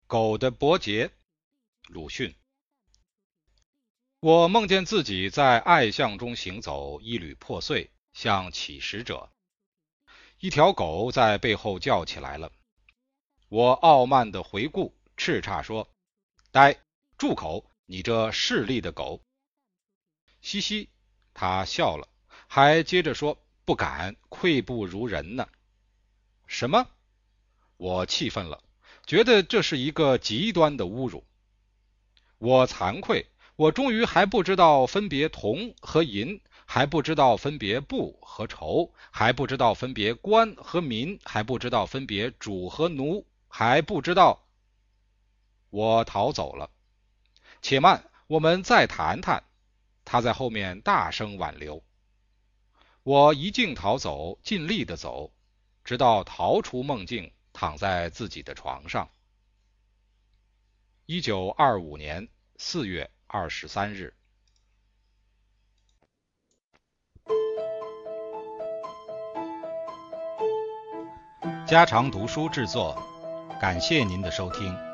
狗的伯杰，鲁迅。我梦见自己在爱巷中行走，一缕破碎，像乞食者。一条狗在背后叫起来了。我傲慢地回顾，叱咤说：呆，住口，你这势利的狗。嘻嘻，他笑了，还接着说：不敢，愧不如人呢。什么？我气愤了，觉得这是一个极端的侮辱。我惭愧，我终于还不知道分别铜和银，还不知道分别布和绸，还不知道分别官和民，还不知道分别主和奴，还不知道。我逃走了。且慢，我们再谈谈。他在后面大声挽留。我一径逃走，尽力地走，直到逃出梦境，躺在自己的床上。1925年4月23日。家常读书制作，感谢您的收听。